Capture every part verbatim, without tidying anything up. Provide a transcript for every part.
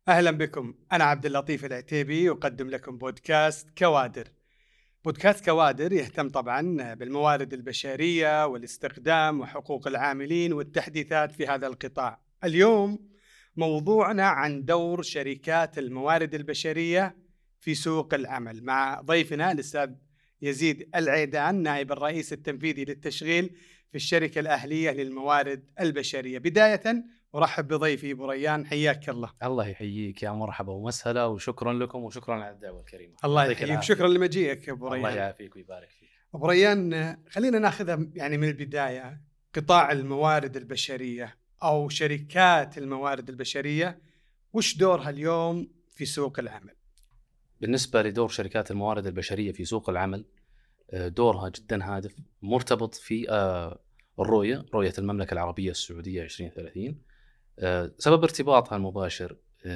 أهلا بكم. أنا عبد اللطيف العتيبي أقدم لكم بودكاست كوادر. بودكاست كوادر يهتم طبعا بالموارد البشرية والاستخدام وحقوق العاملين والتحديثات في هذا القطاع. اليوم موضوعنا عن دور شركات الموارد البشرية في سوق العمل، مع ضيفنا الأستاذ يزيد العيدان، نائب الرئيس التنفيذي للتشغيل في الشركة الأهلية للموارد البشرية. بداية أرحب بضيفي أبو ريان، حياك الله. الله يحييك، يا مرحبا ومسهلا، وشكرا لكم وشكرا على الدعوة الكريمة. الله يحييك، شكرا لمجيئك أبو ريان. الله يعافيك ويبارك فيك. أبو ريان، خلينا ناخذها يعني من البداية. قطاع الموارد البشرية أو شركات الموارد البشرية، وش دورها اليوم في سوق العمل؟ بالنسبة لدور شركات الموارد البشرية في سوق العمل، دورها جدا هادف، مرتبط في الرؤية رؤية المملكة العربية السعودية عشرين ثلاثين. سبب ارتباطها المباشر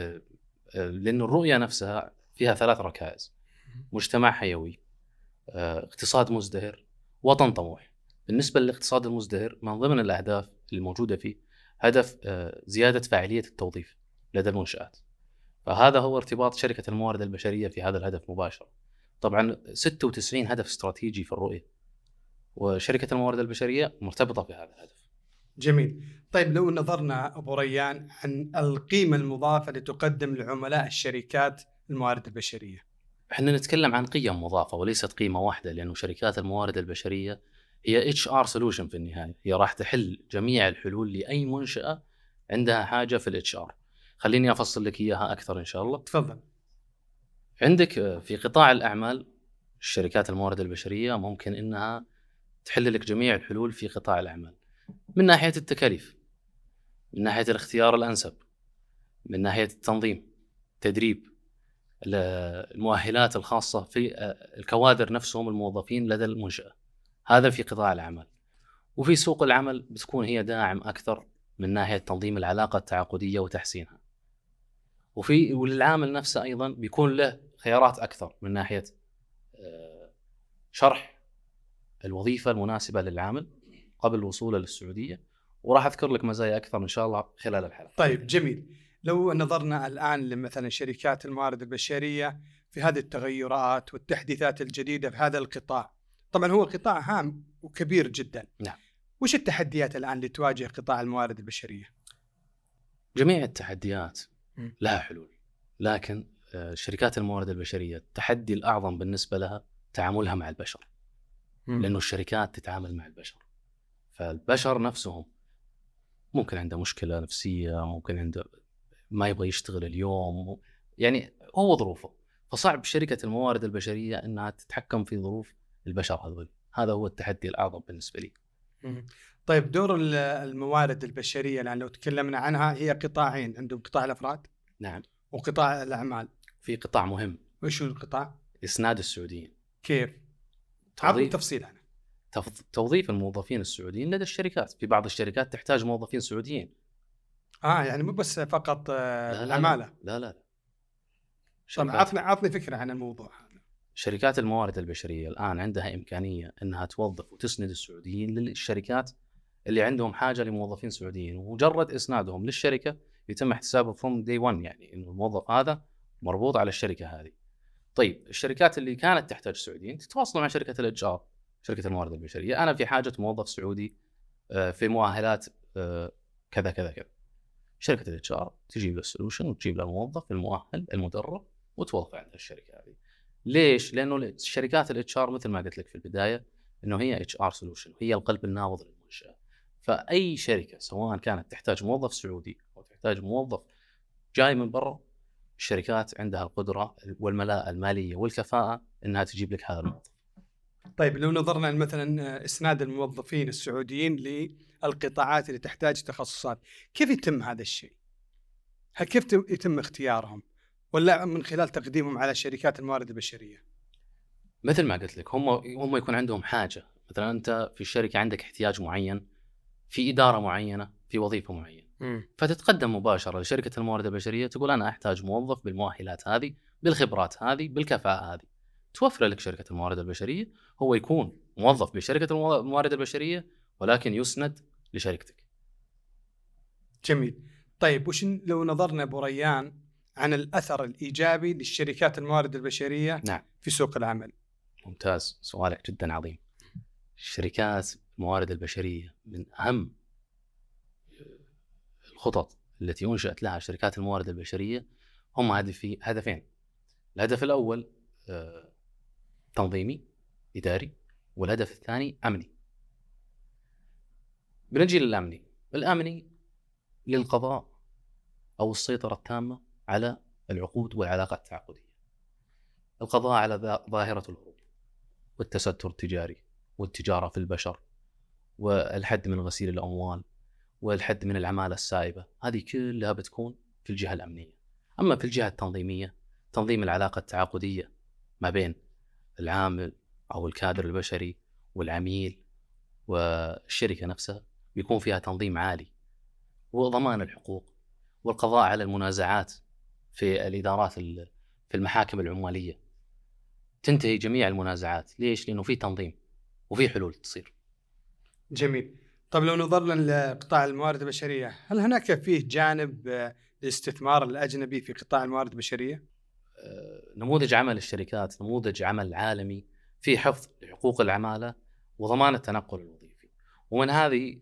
لأن الرؤية نفسها فيها ثلاث ركائز: مجتمع حيوي، اقتصاد مزدهر، وطن طموح. بالنسبة للاقتصاد المزدهر، من ضمن الأهداف الموجودة فيه هدف زيادة فاعلية التوظيف لدى المنشآت، فهذا هو ارتباط شركة الموارد البشرية في هذا الهدف مباشرة. طبعا ستة وتسعين هدف استراتيجي في الرؤية، وشركة الموارد البشرية مرتبطة في هذا الهدف. جميل. طيب لو نظرنا أبو ريان عن القيمة المضافة اللي تقدم لعملاء الشركات الموارد البشرية. احنا نتكلم عن قيم مضافة وليست قيمة واحدة، لأنه شركات الموارد البشرية هي إتش آر solution في النهاية، هي راح تحل جميع الحلول لأي منشأة عندها حاجة في الإتش آر. خليني أفصل لك إياها أكثر إن شاء الله. تفضل. عندك في قطاع الأعمال، الشركات الموارد البشرية ممكن إنها تحل لك جميع الحلول في قطاع الأعمال، من ناحية التكاليف، من ناحية الاختيار الأنسب، من ناحية التنظيم، تدريب، المؤهلات الخاصة في الكوادر نفسهم الموظفين لدى المنشأة. هذا في قطاع العمل. وفي سوق العمل بتكون هي داعم أكثر من ناحية تنظيم العلاقة التعاقدية وتحسينها. وفي والعامل نفسه أيضا بيكون له خيارات أكثر من ناحية شرح الوظيفة المناسبة للعامل قبل وصوله للسعودية، وراح أذكر لك مزايا أكثر إن شاء الله خلال الحلقة. طيب جميل. لو نظرنا الآن لمثلا شركات الموارد البشرية في هذه التغيرات والتحديثات الجديدة في هذا القطاع، طبعا هو قطاع هام وكبير جدا. نعم. وش التحديات الآن اللي تواجه قطاع الموارد البشرية؟ جميع التحديات م. لها حلول، لكن شركات الموارد البشرية التحدي الأعظم بالنسبة لها تعاملها مع البشر. م. لأنه الشركات تتعامل مع البشر، فالبشر نفسهم ممكن عنده مشكلة نفسية، ممكن عنده ما يبغى يشتغل اليوم، يعني هو ظروفه، فصعب شركة الموارد البشرية أنها تتحكم في ظروف البشر هذول. هذا هو التحدي الأعظم بالنسبة لي. طيب دور الموارد البشرية لأن لو تكلمنا عنها، هي قطاعين، عندهم قطاع الأفراد نعم وقطاع الأعمال. في قطاع مهم. وش هو القطاع؟ إسناد السعوديين. كيف؟ عطني تفصيل عنه. توظيف الموظفين السعوديين لدى الشركات. في بعض الشركات تحتاج موظفين سعوديين. آه يعني مو بس فقط لا عمالة. لا لا, لا. طب عطني عطني فكرة عن الموضوع. شركات الموارد البشرية الآن عندها إمكانية أنها توظف وتسند السعوديين للشركات اللي عندهم حاجة لموظفين سعوديين، ومجرد إسنادهم للشركة يتم احتسابه from day one، يعني إنه الموظف هذا مربوط على الشركة هذه. طيب الشركات اللي كانت تحتاج سعوديين تتواصلوا مع شركة الاتش ار، شركة الموارد البشرية، أنا في حاجة موظف سعودي في مؤهلات كذا كذا كذا. شركة الاتش ار تجيب له السولوشن وتجيب له الموظف المؤهل المدرب وتوظفه عند الشركة هذه. ليش؟ لأنه الشركات الاتش ار مثل ما قلت لك في البداية إنه هي اتش ار سولوشن، هي القلب النابض للمنشأة. فأي شركة سواء كانت تحتاج موظف سعودي أو تحتاج موظف جاي من برا، الشركات عندها القدرة والملاءة المالية والكفاءة إنها تجيب لك هذا الموظف. طيب لو نظرنا مثلا إسناد الموظفين السعوديين للقطاعات اللي تحتاج تخصصات، كيف يتم هذا الشيء؟ كيف يتم اختيارهم؟ ولا من خلال تقديمهم على شركات الموارد البشرية؟ مثل ما قلت لك، هم هم يكون عندهم حاجة. مثلا أنت في الشركة عندك احتياج معين في إدارة معينة في وظيفة معينة، م. فتتقدم مباشرة لشركة الموارد البشرية تقول أنا أحتاج موظف بالمؤهلات هذه، بالخبرات هذه، بالكفاءة هذه. توفر لك شركة الموارد البشرية، هو يكون موظف بشركة الموارد البشرية ولكن يسند لشركتك. جميل. طيب وش لو نظرنا أبو ريان عن الأثر الإيجابي للشركات الموارد البشرية نعم. في سوق العمل. ممتاز، سؤالك جدا عظيم. الشركات الموارد البشرية من أهم الخطط التي أنشأت لها شركات الموارد البشرية هم هدفي هدفين. الهدف الأول آه، تنظيمي إداري، والهدف الثاني أمني. بنجي للأمني. الأمني للقضاء أو السيطرة التامة على العقود والعلاقات التعاقدية، القضاء على ظاهرة الهروب والتستر التجاري والتجارة في البشر، والحد من غسيل الأموال، والحد من العمالة السائبة. هذه كلها بتكون في الجهة الأمنية. أما في الجهة التنظيمية، تنظيم العلاقة التعاقدية ما بين العامل أو الكادر البشري والعميل والشركة نفسها، بيكون فيها تنظيم عالي، وضمان الحقوق، والقضاء على المنازعات في الإدارات في المحاكم العمالية. تنتهي جميع المنازعات. ليش؟ لأنه في تنظيم وفي حلول تصير. جميل. طب لو نظرنا لقطاع الموارد البشرية، هل هناك فيه جانب الاستثمار الأجنبي في قطاع الموارد البشرية؟ نموذج عمل الشركات نموذج عمل عالمي في حفظ حقوق العمالة وضمان التنقل الوظيفي. ومن هذه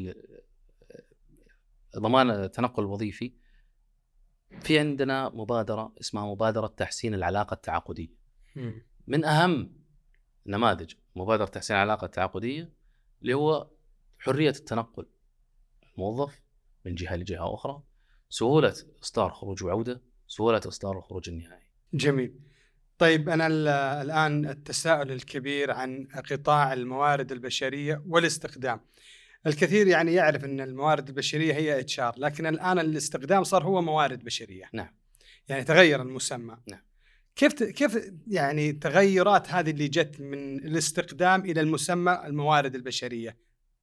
ضمان التنقل الوظيفي في عندنا مبادرة اسمها مبادرة تحسين العلاقة التعاقدية. من أهم نماذج مبادرة تحسين العلاقة التعاقدية اللي هو حرية التنقل الموظف من جهة لجهة أخرى، سهولة إصدار خروج وعودة، سهولة إصدار الخروج النهائي. جميل. طيب أنا الآن التساؤل الكبير عن قطاع الموارد البشرية والاستخدام. الكثير يعني يعرف أن الموارد البشرية هي إتش آر، لكن الآن الاستخدام صار هو موارد بشرية. نعم. يعني تغير المسمى. نعم. كيف كيف يعني تغيرات هذه اللي جت من الاستخدام إلى المسمى الموارد البشرية؟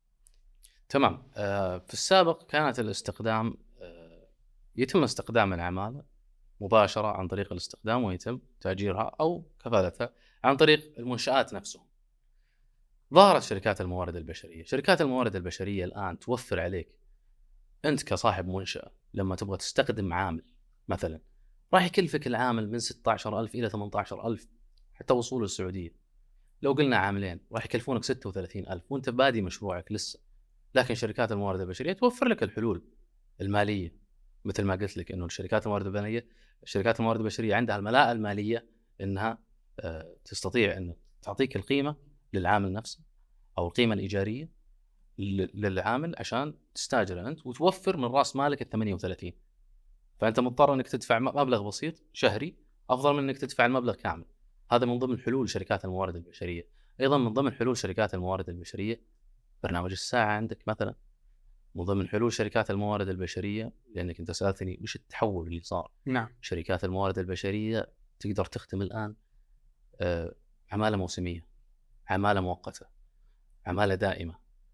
تمام. آه في السابق كانت الاستخدام آه يتم استخدام العمالة مباشرة عن طريق الاستخدام، ويتم تأجيرها أو كفالتها عن طريق المنشآت نفسهم. ظهرت شركات الموارد البشرية. شركات الموارد البشرية الآن توفر عليك أنت كصاحب منشأة لما تبغى تستخدم عامل مثلا، راح يكلفك العامل من ستة عشر ألف إلى ثمانية عشر ألف حتى وصول السعودية. لو قلنا عاملين راح يكلفونك ستة وثلاثين ألف وأنت بادي مشروعك لسه. لكن شركات الموارد البشرية توفر لك الحلول المالية، مثل ما قلت لك إنه الشركات الموارد البشرية الشركات الموارد البشرية عندها الملاءة المالية إنها تستطيع أن تعطيك القيمة للعامل نفسه أو القيمة الإيجارية للعامل عشان تستاجره أنت وتوفر من رأس مالك الثمانية وثلاثين. فأنت مضطر أنك تدفع مبلغ بسيط شهري أفضل من أنك تدفع المبلغ كامل. هذا من ضمن حلول شركات الموارد البشرية. أيضا من ضمن حلول شركات الموارد البشرية برنامج الساعة عندك مثلا. من ضمن حلول شركات الموارد البشرية، لأنك أنت سألتني وش التحول اللي صار. نعم. شركات الموارد البشرية تقدر تخدم الآن آه عمالة موسمية، عمالة مؤقتة، عمالة دائمة.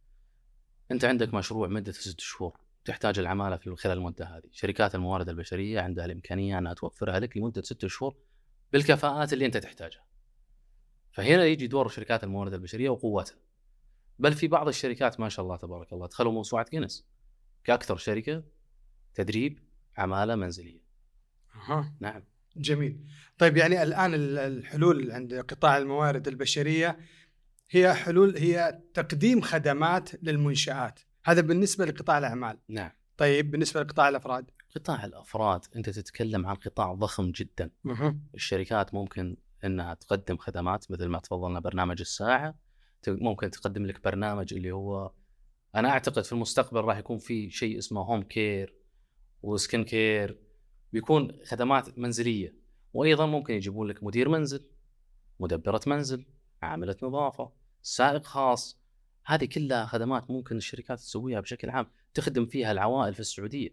أنت عندك مشروع مدة ست شهور تحتاج العمالة في خلال المدة هذه، شركات الموارد البشرية عندها الإمكانية أنها توفرها لك لمدة ست شهور بالكفاءات اللي أنت تحتاجها. فهنا يجي دور شركات الموارد البشرية وقوتها. بل في بعض الشركات ما شاء الله تبارك الله دخلوا موسوعة جينيس كأكثر شركة تدريب عمالة منزلية. أه. نعم. جميل. طيب يعني الآن الحلول عند قطاع الموارد البشرية هي حلول هي تقديم خدمات للمنشآت، هذا بالنسبة لقطاع الأعمال. نعم. طيب بالنسبة لقطاع الأفراد؟ قطاع الأفراد أنت تتكلم عن قطاع ضخم جدا. مه. الشركات ممكن أنها تقدم خدمات مثل ما تفضلنا برنامج الساعة، ممكن تقدم لك برنامج اللي هو أنا أعتقد في المستقبل راح يكون في شيء اسمه هوم كير وسكين كير، بيكون خدمات منزلية. وأيضا ممكن يجيبون لك مدير منزل، مدبرة منزل، عاملة نظافة، سائق خاص. هذه كلها خدمات ممكن الشركات تسويها بشكل عام تخدم فيها العوائل في السعودية.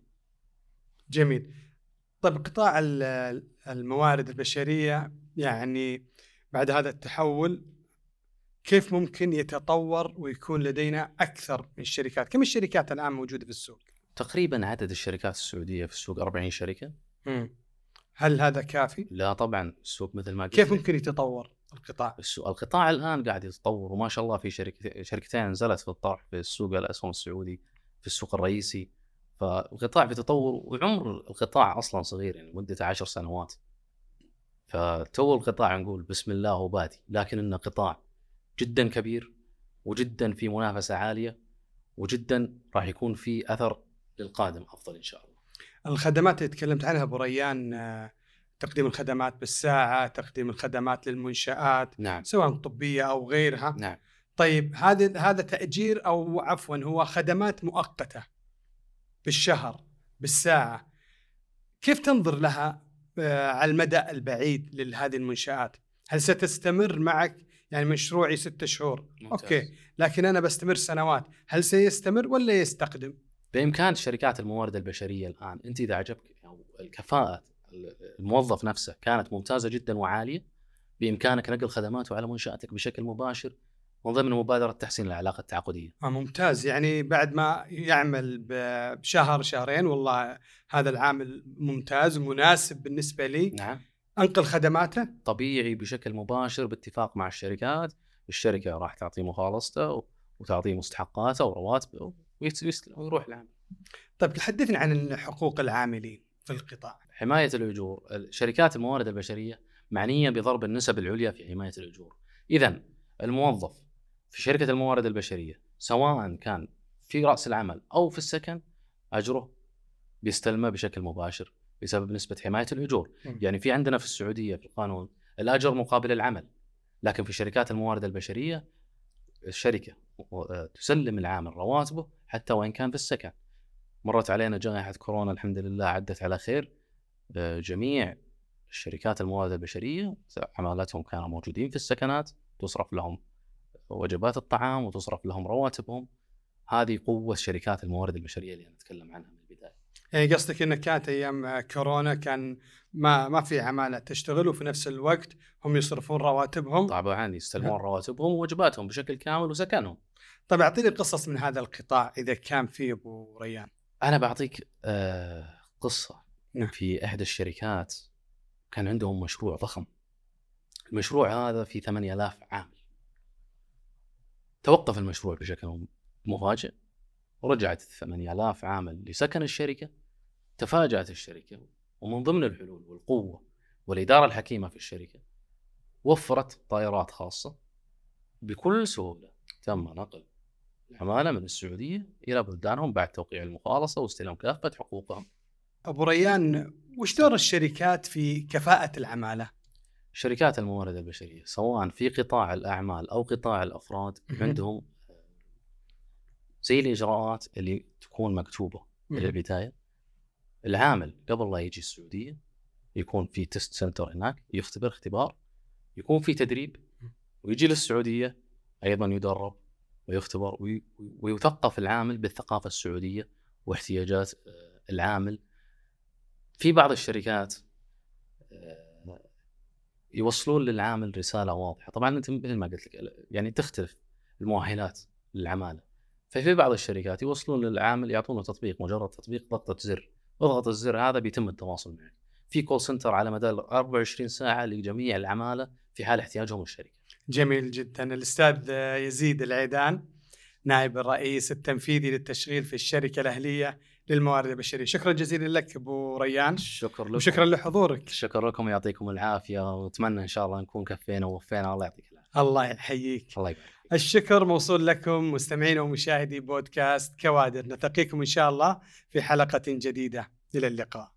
جميل. طيب قطاع الموارد البشرية يعني بعد هذا التحول كيف ممكن يتطور ويكون لدينا أكثر من شركات؟ كم الشركات الآن موجودة في السوق؟ تقريبا عدد الشركات السعودية في السوق أربعين شركة. مم. هل هذا كافي؟ لا طبعا. السوق مثل ما قلت كيف ممكن يتطور القطاع؟ السوق القطاع الآن قاعد يتطور وما شاء الله. في شركة شركتين نزلت في الطرح في السوق الأسهم السعودي في السوق الرئيسي، فالقطاع في تطور، وعمر القطاع اصلا صغير يعني مدته عشر سنوات. فتو القطاع نقول بسم الله وبادي، لكن انه قطاع جدا كبير وجدا في منافسه عاليه، وجدا راح يكون في اثر للقادم افضل ان شاء الله. الخدمات اللي تكلمت عنها ابو ريان، آه، تقديم الخدمات بالساعه، تقديم الخدمات للمنشآت، نعم. سواء طبيه او غيرها. نعم. طيب هذا هذا تأجير او عفوا هو خدمات مؤقته بالشهر بالساعه، كيف تنظر لها آه، على المدى البعيد لهذه المنشآت؟ هل ستستمر معك؟ يعني مشروعي ستة شهور ممتاز. اوكي، لكن انا بستمر سنوات، هل سيستمر ولا يستقدم؟ بامكان شركات الموارد البشريه الان، انت اذا عجبك او الكفاءه الموظف نفسه كانت ممتازه جدا وعاليه، بامكانك نقل خدماته على منشاتك بشكل مباشر من ضمن مبادره تحسين العلاقه التعاقديه. آه ممتاز، يعني بعد ما يعمل ب- بشهر شهرين والله هذا العامل ممتاز ومناسب بالنسبة لي، نعم. أنقل خدماته طبيعي بشكل مباشر باتفاق مع الشركات، الشركه راح تعطيه مخالصته وتعطيه مستحقاته ورواتبه ويروح العمل. طيب تحدثنا عن حقوق العاملين في القطاع. حمايه الاجور، شركات الموارد البشريه معنيه بضرب النسب العليا في حمايه الاجور. اذا الموظف في شركه الموارد البشريه سواء كان في راس العمل او في السكن، اجره بيستلمه بشكل مباشر بسبب نسبه حمايه الاجور. م. يعني في عندنا في السعوديه في القانون الاجر مقابل العمل، لكن في شركات الموارد البشريه الشركه تسلم العامل رواتبه حتى وان كان في السكن. مرت علينا جائحه كورونا الحمد لله عدت على خير، جميع الشركات الموارد البشريه عمالتهم كانوا موجودين في السكنات، تصرف لهم وجبات الطعام وتصرف لهم رواتبهم. هذه قوه شركات الموارد البشريه اللي نتكلم عنها من البدايه. يعني قصدك انك كانت ايام كورونا كان ما ما في عماله تشتغل وفي نفس الوقت هم يصرفون رواتبهم؟ طبعا يستلمون رواتبهم ووجباتهم بشكل كامل وسكنهم. طيب اعطيني قصص من هذا القطاع اذا كان في ابو ريان. انا بعطيك آه قصه. نعم. في احدى الشركات كان عندهم مشروع ضخم، المشروع هذا في ثمانية آلاف عامل. توقف المشروع بشكل مفاجئ ورجعت ثمانية آلاف عامل لسكن الشركة. تفاجأت الشركة، ومن ضمن الحلول والقوة والإدارة الحكيمة في الشركة وفرت طائرات خاصة بكل سهولة. تم نقل العمالة من السعودية إلى بلدانهم بعد توقيع المخالصة واستلام كافة حقوقهم. أبو ريان، وش دور الشركات في كفاءة العمالة؟ شركات الموارد البشرية سواء في قطاع الأعمال أو قطاع الأفراد عندهم زي الإجراءات اللي تكون مكتوبة من البداية. العامل قبل لا يجي السعودية يكون في تيست سنتر هناك، يختبر اختبار، يكون في تدريب، ويجي للسعودية أيضا يدرب ويختبر ويثقف العامل بالثقافة السعودية واحتياجات العامل. في بعض الشركات يوصلون للعامل رسالة واضحة، طبعا أنت مثل ما قلت لك يعني تختلف المؤهلات للعمالة. ففي بعض الشركات يوصلون للعامل يعطونه تطبيق، مجرد تطبيق ضغطة زر، اضغط الزر هذا بيتم التواصل معك. في كول سنتر على مدى أربعة وعشرين ساعة لجميع العمالة في حال احتياجهم الشركة. جميل جدا. الأستاذ يزيد العيدان، نائب الرئيس التنفيذي للتشغيل في الشركة الأهلية للموارد البشرية، شكرا جزيلا لك أبو ريان. شكرا لكم. وشكرا لحضورك. شكرا لكم، يعطيكم العافية، واتمنى إن شاء الله نكون كفينا ووفينا. الله يعطيك العافية. الله يحييك. الله يبارك. الشكر موصول لكم مستمعين ومشاهدي بودكاست كوادر، نلتقيكم إن شاء الله في حلقة جديدة. إلى اللقاء.